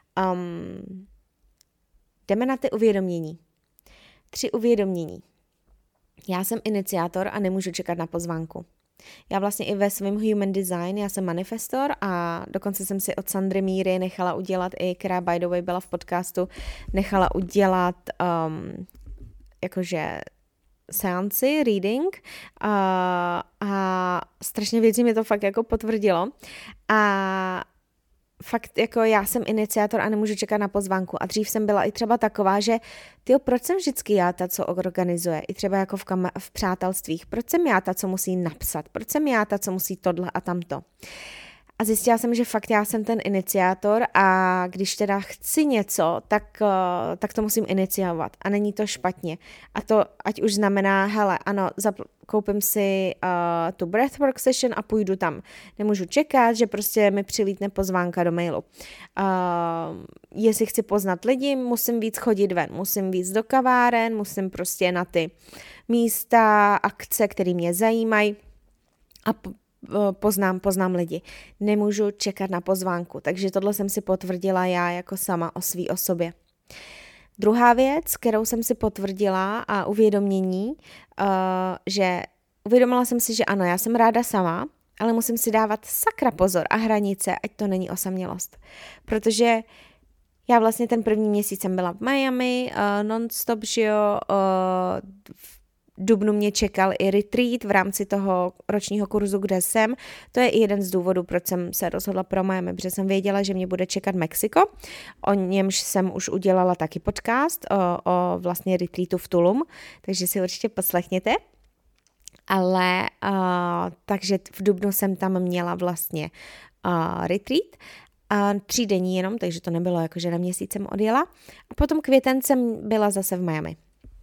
Um, jdeme na ty uvědomění. Tři uvědomění. Já jsem iniciátor a nemůžu čekat na pozvánku. Já vlastně i ve svém Human Design, já jsem manifestor a dokonce jsem si od Sandry Míry nechala udělat, i která by the way byla v podcastu, nechala udělat um, jakože seanci, reading a, a strašně věcí mi to fakt jako potvrdilo a fakt jako já jsem iniciátor a nemůžu čekat na pozvánku. A dřív jsem byla i třeba taková, že tyjo, proč jsem vždycky já ta, co organizuje? I třeba jako v, kam- v přátelstvích. Proč jsem já ta, co musí napsat? Proč jsem já ta, co musí tohle a tamto? A zjistila jsem, že fakt já jsem ten iniciátor a když teda chci něco, tak, tak to musím iniciovat. A není to špatně. A to ať už znamená, hele, ano, zapl- koupím si uh, tu breathwork session a půjdu tam. Nemůžu čekat, že prostě mi přilítne pozvánka do mailu. Uh, jestli chci poznat lidi, musím víc chodit ven, musím víc do kaváren, musím prostě na ty místa, akce, které mě zajímají a p- poznám, poznám lidi. Nemůžu čekat na pozvánku, takže tohle jsem si potvrdila já jako sama o svý osobě. Druhá věc, kterou jsem si potvrdila a uvědomění, uh, že uvědomila jsem si, že ano, já jsem ráda sama, ale musím si dávat sakra pozor a hranice, ať to není osamělost. Protože já vlastně ten první měsíc jsem byla v Miami, uh, non-stop, že jo, uh, v dubnu mě čekal i retreat v rámci toho ročního kurzu, kde jsem. To je i jeden z důvodů, proč jsem se rozhodla pro Miami, protože jsem věděla, že mě bude čekat Mexiko. O němž jsem už udělala taky podcast o, o vlastně retreatu v Tulum, takže si určitě poslechněte. Ale uh, takže v dubnu jsem tam měla vlastně uh, retreat, uh, tři denní jenom, takže to nebylo jako, že na měsíc jsem odjela. A potom květen jsem byla zase v Miami.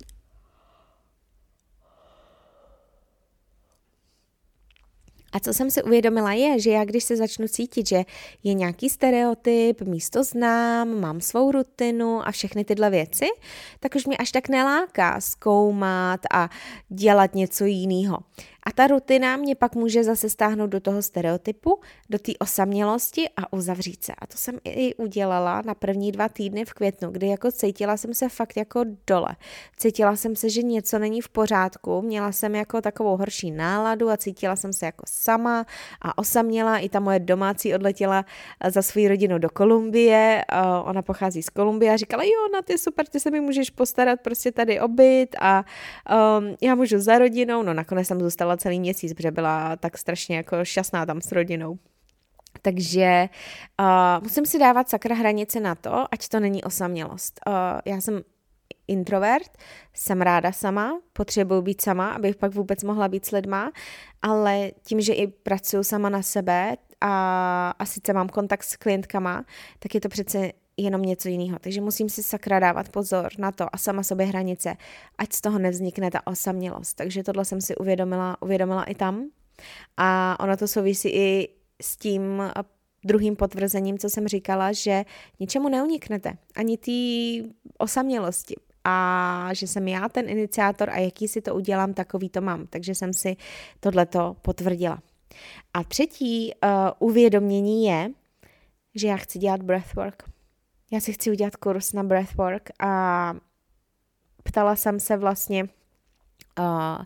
A co jsem si uvědomila je, že já když se začnu cítit, že je nějaký stereotyp, místo znám, mám svou rutinu a všechny tyhle věci, tak už mě až tak neláká zkoumat a dělat něco jiného. A ta rutina mě pak může zase stáhnout do toho stereotypu, do té osamělosti a uzavřít se. A to jsem i udělala na první dva týdny v květnu, kdy jako cítila jsem se fakt jako dole. Cítila jsem se, že něco není v pořádku, měla jsem jako takovou horší náladu a cítila jsem se jako sama a osaměla. I ta moje domácí odletěla za svou rodinu do Kolumbie, ona pochází z Kolumbie a říkala, jo, na ty super, ty se mi můžeš postarat prostě tady o byt a um, já můžu za rodinou, no nakonec jsem zůstala celý měsíc, protože byla tak strašně jako šťastná tam s rodinou. Takže uh, musím si dávat sakra hranice na to, ať to není osamělost. Uh, já jsem introvert, jsem ráda sama, potřebuji být sama, abych pak vůbec mohla být s lidma, ale tím, že i pracuji sama na sebe a, a sice mám kontakt s klientkama, tak je to přece jenom něco jiného. Takže musím si sakra dávat pozor na to a sama sobě hranice, ať z toho nevznikne ta osamělost. Takže tohle jsem si uvědomila, uvědomila i tam. A ono to souvisí i s tím druhým potvrzením, co jsem říkala, že ničemu neuniknete. Ani té osamělosti. A že jsem já ten iniciátor a jaký si to udělám, takový to mám. Takže jsem si tohleto potvrdila. A třetí uh, uvědomění je, že já chci dělat breathwork. Já si chci udělat kurz na breathwork a ptala jsem se vlastně uh,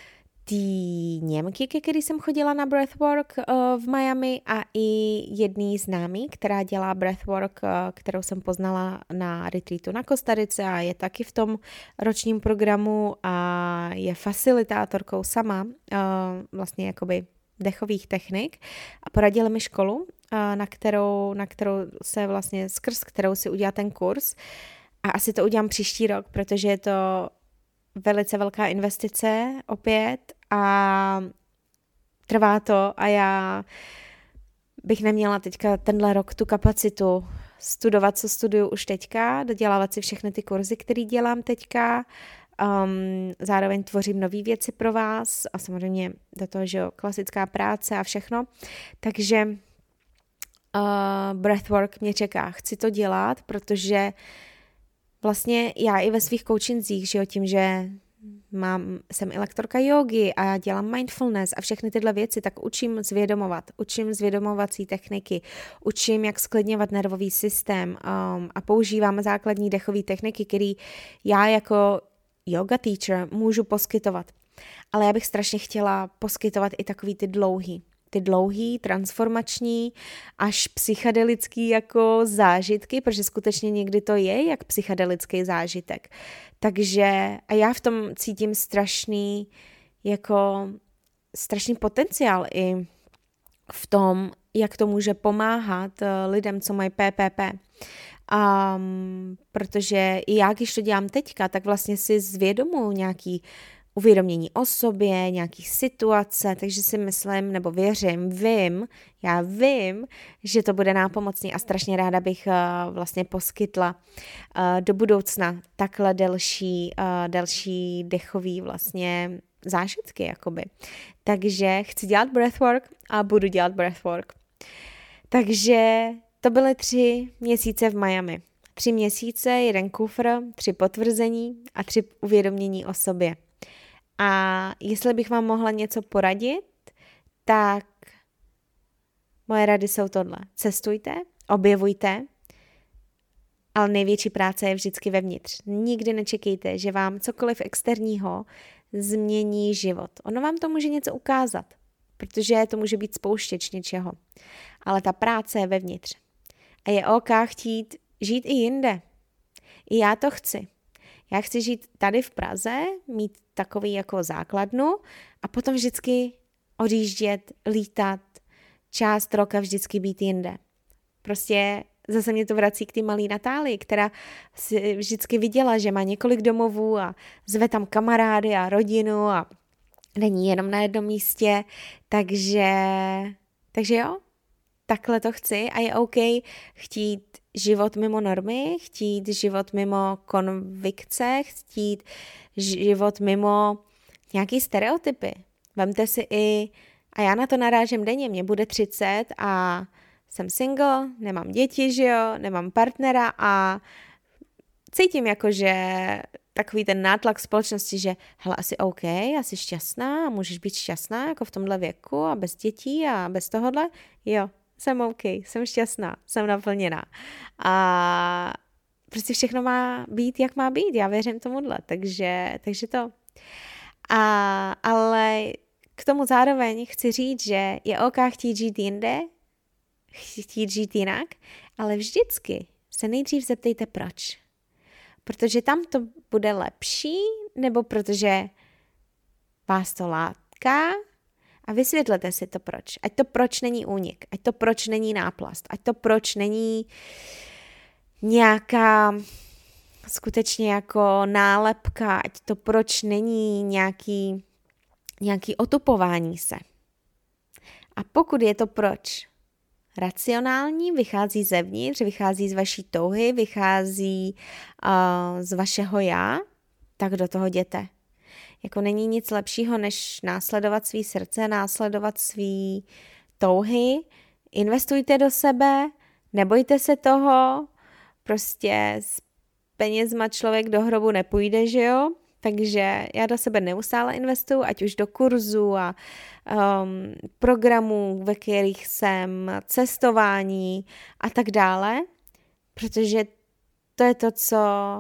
tý Němky, ke který jsem chodila na breathwork uh, v Miami a i jedný známý, která dělá breathwork, uh, kterou jsem poznala na retreatu na Kostarice a je taky v tom ročním programu a je facilitátorkou sama, uh, vlastně jakoby dechových technik a poradili mi školu, na kterou, na kterou se vlastně, skrz kterou si udělá ten kurz. A asi to udělám příští rok, protože je to velice velká investice opět a trvá to a já bych neměla teďka tenhle rok tu kapacitu studovat, co studuju už teďka, dodělávat si všechny ty kurzy, které dělám teďka, um, zároveň tvořím nové věci pro vás a samozřejmě do toho, že jo, klasická práce a všechno, takže uh, breathwork mě čeká, chci to dělat, protože vlastně já i ve svých coachingzích, že jo, tím, že mám, jsem i lektorka jógy a dělám mindfulness a všechny tyhle věci, tak učím zvědomovat, učím zvědomovací techniky, učím, jak sklidňovat nervový systém um, a používám základní dechové techniky, které já jako yoga teacher můžu poskytovat. Ale já bych strašně chtěla poskytovat i takový ty dlouhý, ty dlouhý, transformační, až psychedelický jako zážitky, protože skutečně někdy to je jak psychedelický zážitek. Takže a já v tom cítím strašný jako strašný potenciál i v tom, jak to může pomáhat lidem, co mají P P P. Um, protože i já, když to dělám teďka, tak vlastně si zvědomuji nějaký uvědomění o sobě, nějakých situace, takže si myslím, nebo věřím, vím, já vím, že to bude nápomocný a strašně ráda bych uh, vlastně poskytla uh, do budoucna takhle delší, uh, delší dechový vlastně zážitky, jakoby. Takže chci dělat breathwork a budu dělat breathwork. Takže to byly tři měsíce v Miami. Tři měsíce, jeden kufr, tři potvrzení a tři uvědomění o sobě. A jestli bych vám mohla něco poradit, tak moje rady jsou tohle. Cestujte, objevujte, ale největší práce je vždycky vevnitř. Nikdy nečekejte, že vám cokoliv externího změní život. Ono vám to může něco ukázat, protože to může být spouštěč něčeho. Ale ta práce je vevnitř. A je OK chtít žít i jinde. I já to chci. Já chci žít tady v Praze, mít takový jako základnu a potom vždycky odjíždět, lítat, část roka vždycky být jinde. Prostě zase mě to vrací k té malé Natálii, která si vždycky viděla, že má několik domovů a zve tam kamarády a rodinu a není jenom na jednom místě, takže, takže jo, takhle to chci a je OK chtít život mimo normy, chtít život mimo konvikce, chtít život mimo nějaký stereotypy. Vemte si i, a já na to narážím denně, mě bude třicet a jsem single, nemám děti, že jo, nemám partnera a cítím jako, že takový ten nátlak společnosti, že hele, asi OK, asi šťastná, můžeš být šťastná jako v tomhle věku a bez dětí a bez tohohle, jo. Jsem OK, jsem šťastná, jsem naplněná. A prostě všechno má být, jak má být. Já věřím tomuhle, takže, takže to. A, ale k tomu zároveň chci říct, že je OK chtít žít jinde, chtít žít jinak, ale vždycky se nejdřív zeptejte proč. Protože tam to bude lepší, nebo protože vás to láká, a vysvětlete si to proč. Ať to proč není únik, ať to proč není náplast, ať to proč není nějaká skutečně jako nálepka, ať to proč není nějaký, nějaký otupování se. A pokud je to proč racionální, vychází zevnitř, vychází z vaší touhy, vychází uh, z vašeho já, tak do toho jděte. Jako není nic lepšího, než následovat svý srdce, následovat svý touhy. Investujte do sebe, nebojte se toho, prostě s penězma člověk do hrobu nepůjde, že jo? Takže já do sebe neustále investuju, ať už do kurzů a um, programů, ve kterých jsem, cestování a tak dále, protože to je to, co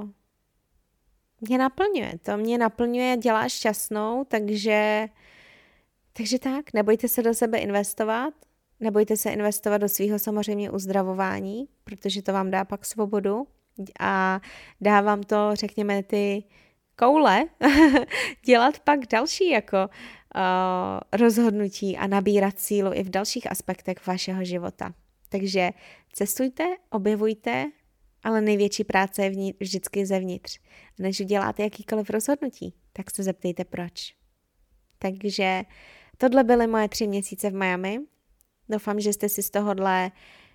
mě naplňuje. To mě naplňuje a dělá šťastnou, takže, takže tak, nebojte se do sebe investovat, nebojte se investovat do svého samozřejmě uzdravování, protože to vám dá pak svobodu a dá vám to, řekněme, ty koule dělat pak další jako rozhodnutí a nabírat sílu i v dalších aspektech vašeho života. Takže cestujte, objevujte, ale největší práce je vnitř, vždycky zevnitř. Než uděláte jakýkoliv rozhodnutí, tak se zeptejte proč. Takže tohle byly moje tři měsíce v Miami. Doufám, že jste si z tohohle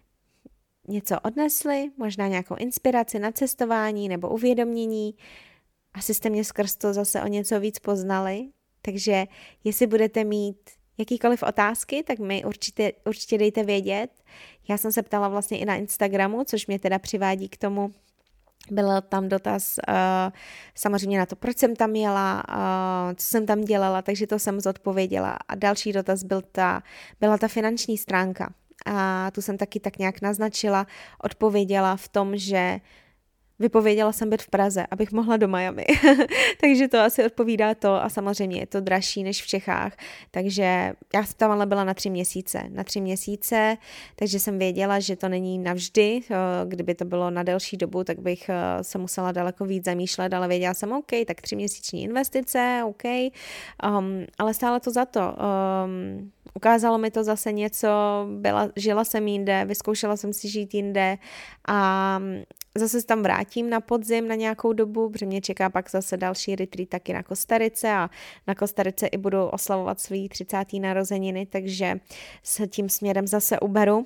něco odnesli, možná nějakou inspiraci na cestování nebo uvědomění. Asi jste mě skrz to zase o něco víc poznali. Takže jestli budete mít jakýkoliv otázky, tak mi určitě, určitě dejte vědět. Já jsem se ptala vlastně i na Instagramu, což mě teda přivádí k tomu, byl tam dotaz uh, samozřejmě na to, proč jsem tam jela, uh, co jsem tam dělala, takže to jsem zodpověděla. A další dotaz byl ta, byla ta finanční stránka. A tu jsem taky tak nějak naznačila, odpověděla v tom, že vypověděla jsem být v Praze, abych mohla do Miami. Takže to asi odpovídá to a samozřejmě je to dražší než v Čechách. Takže já jsem tam ale byla na tři měsíce. Na tři měsíce, takže jsem věděla, že to není navždy. Kdyby to bylo na delší dobu, tak bych se musela daleko víc zamýšlet, ale věděla jsem, OK, tak tři měsíční investice, OK. Um, ale stále to za to. Um, ukázalo mi to zase něco, byla, žila jsem jinde, vyzkoušela jsem si žít jinde a zase se tam vrátím na podzim na nějakou dobu, protože mě čeká pak zase další retreat taky na Kostarice a na Kostarice i budu oslavovat svý třicáté narozeniny, takže se tím směrem zase uberu.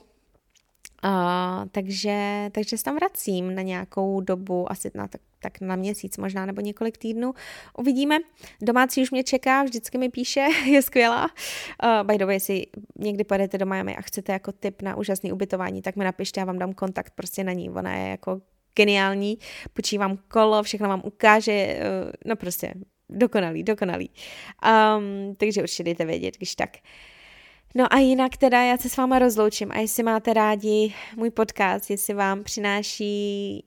Uh, takže, takže se tam vracím na nějakou dobu, asi na, tak, tak na měsíc možná, nebo několik týdnů. Uvidíme. Domácí už mě čeká, vždycky mi píše, je skvělá. Uh, by the way, jestli někdy pojedete do Miami a chcete jako tip na úžasný ubytování, tak mi napište, já vám dám kontakt prostě na ní. Ona je jako geniální, počí vám kolo, všechno vám ukáže, uh, no prostě dokonalý, dokonalý. Um, takže určitě dejte vědět, když tak. No a jinak teda já se s váma rozloučím a jestli máte rádi můj podcast, jestli vám přináší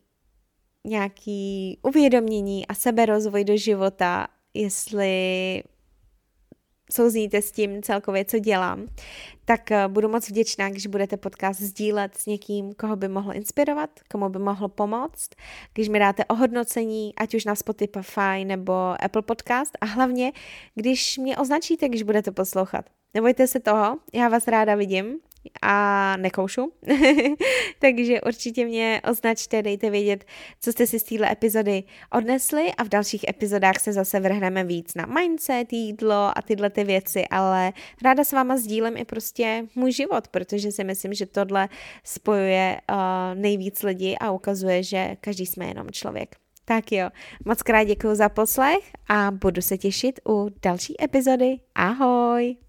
nějaký uvědomění a seberozvoj do života, jestli souzníte s tím celkově, co dělám, tak budu moc vděčná, když budete podcast sdílet s někým, koho by mohlo inspirovat, komu by mohlo pomoct, když mi dáte ohodnocení, ať už na Spotify nebo Apple Podcast a hlavně, když mě označíte, když budete poslouchat. Nebojte se toho, já vás ráda vidím a nekoušu, takže určitě mě označte, dejte vědět, co jste si z téhle epizody odnesli a v dalších epizodách se zase vrhneme víc na mindset, jídlo a tyhle ty věci, ale ráda s váma sdílem i prostě můj život, protože si myslím, že tohle spojuje uh, nejvíc lidí a ukazuje, že každý jsme jenom člověk. Tak jo, moc krát děkuju za poslech a budu se těšit u další epizody. Ahoj!